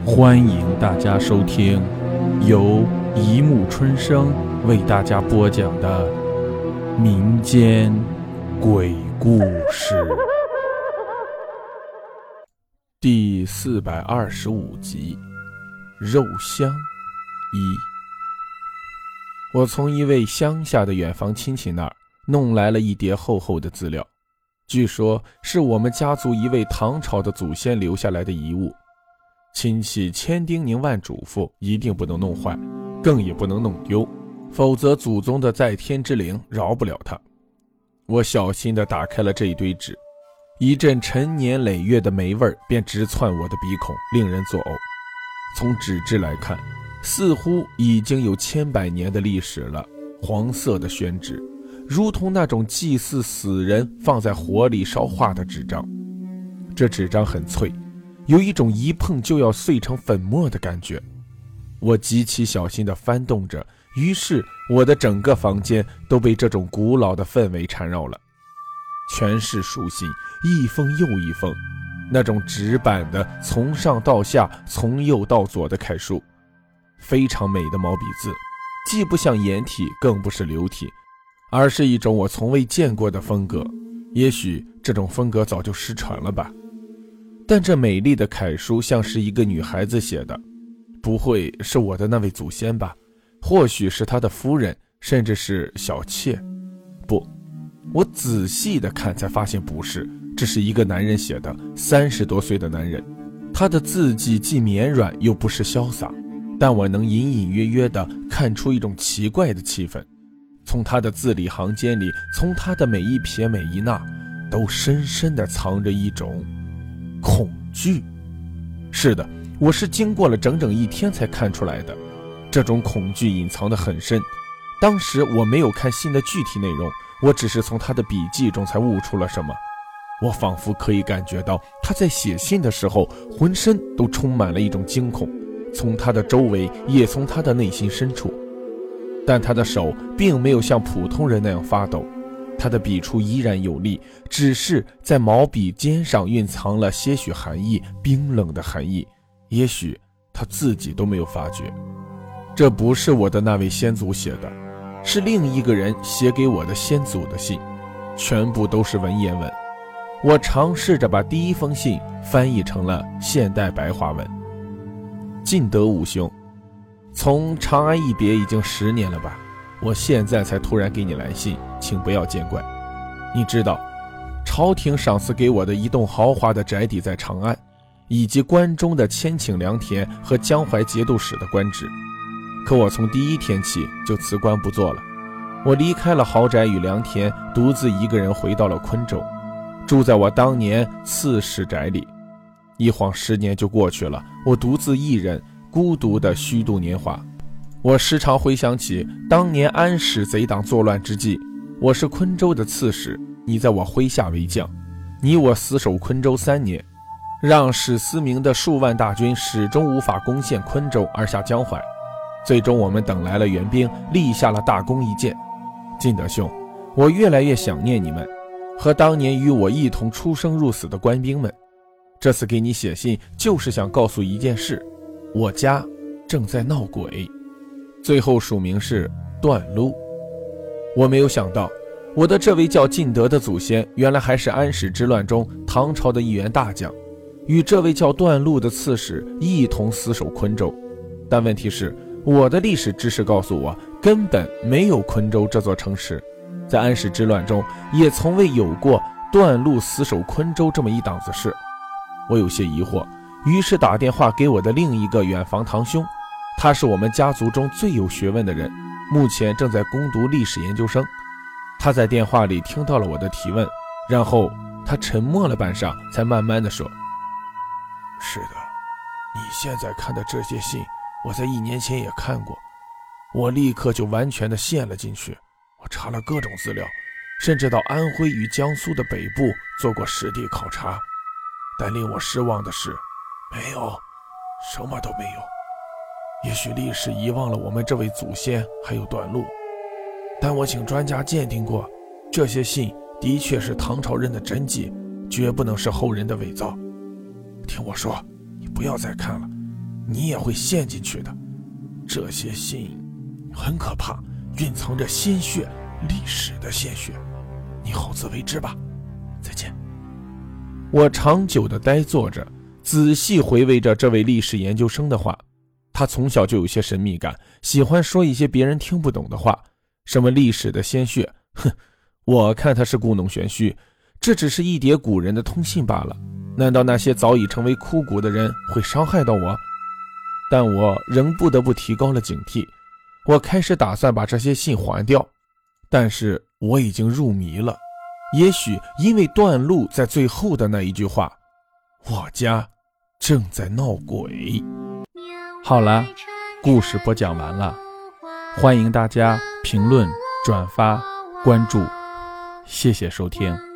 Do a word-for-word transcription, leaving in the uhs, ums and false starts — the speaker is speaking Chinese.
欢迎大家收听由一木春生为大家播讲的民间鬼故事第四百二十五集，肉香一。我从一位乡下的远房亲戚那儿弄来了一叠厚厚的资料，据说是我们家族一位唐朝的祖先留下来的遗物。亲戚千叮咛万嘱咐，一定不能弄坏，更也不能弄丢，否则祖宗的在天之灵饶不了他。我小心地打开了这一堆纸，一阵陈年累月的霉味便直窜我的鼻孔，令人作呕。从纸质来看，似乎已经有千百年的历史了，黄色的宣纸，如同那种祭祀死人放在火里烧化的纸张。这纸张很脆，有一种一碰就要碎成粉末的感觉。我极其小心地翻动着，于是我的整个房间都被这种古老的氛围缠绕了。全是书信，一封又一封，那种纸板的从上到下从右到左的楷书，非常美的毛笔字，既不像颜体更不是流体，而是一种我从未见过的风格。也许这种风格早就失传了吧，但这美丽的楷书像是一个女孩子写的，不会是我的那位祖先吧？或许是他的夫人，甚至是小妾。不，我仔细地看才发现不是，这是一个男人写的，三十多岁的男人。他的字迹既绵软又不失潇洒，但我能隐隐约约地看出一种奇怪的气氛。从他的字里行间里，从他的每一撇每一捺，都深深地藏着一种恐惧。是的，我是经过了整整一天才看出来的。这种恐惧隐藏得很深，当时我没有看信的具体内容，我只是从他的笔记中才悟出了什么。我仿佛可以感觉到他在写信的时候，浑身都充满了一种惊恐，从他的周围，也从他的内心深处。但他的手并没有像普通人那样发抖，他的笔触依然有力，只是在毛笔尖上蕴藏了些许寒意，冰冷的寒意，也许他自己都没有发觉。这不是我的那位先祖写的，是另一个人写给我的先祖的信，全部都是文言文。我尝试着把第一封信翻译成了现代白话文。晋德五兄，从长安一别已经十年了吧，我现在才突然给你来信，请不要见怪。你知道，朝廷赏赐给我的一栋豪华的宅邸在长安，以及关中的千顷良田和江淮节度使的官职。可我从第一天起就辞官不做了，我离开了豪宅与良田，独自一个人回到了昆州，住在我当年刺史宅里。一晃十年就过去了，我独自一人孤独地虚度年华。我时常回想起当年安史贼党作乱之际，我是昆州的刺史，你在我麾下为将，你我死守昆州三年，让史思明的数万大军始终无法攻陷昆州而下江淮。最终我们等来了援兵，立下了大功一件。晋德兄，我越来越想念你们和当年与我一同出生入死的官兵们。这次给你写信就是想告诉一件事，我家正在闹鬼。最后署名是段禄。我没有想到我的这位叫晋德的祖先原来还是安史之乱中唐朝的一员大将，与这位叫段禄的刺史一同死守昆州。但问题是，我的历史知识告诉我，根本没有昆州这座城池，在安史之乱中也从未有过段禄死守昆州这么一档子事。我有些疑惑，于是打电话给我的另一个远房堂兄，他是我们家族中最有学问的人，目前正在攻读历史研究生。他在电话里听到了我的提问，然后他沉默了半晌，才慢慢地说：是的，你现在看的这些信我在一年前也看过，我立刻就完全的陷了进去。我查了各种资料，甚至到安徽与江苏的北部做过实地考察，但令我失望的是，没有，什么都没有。也许历史遗忘了我们这位祖先还有段禄，但我请专家鉴定过，这些信的确是唐朝人的真迹，绝不能是后人的伪造。听我说，你不要再看了， 你也会陷进去的。这些信很可怕，蕴藏着鲜血，历史的鲜血。你好自为之吧。再见。我长久地呆坐着，仔细回味着这位历史研究生的话。他从小就有些神秘感，喜欢说一些别人听不懂的话，什么历史的鲜血，哼，我看他是故弄玄虚，这只是一叠古人的通信罢了。难道那些早已成为枯骨的人会伤害到我？但我仍不得不提高了警惕，我开始打算把这些信还掉。但是我已经入迷了，也许因为段路在最后的那一句话，我家正在闹鬼。好了，故事播讲完了，欢迎大家评论、转发、关注，谢谢收听。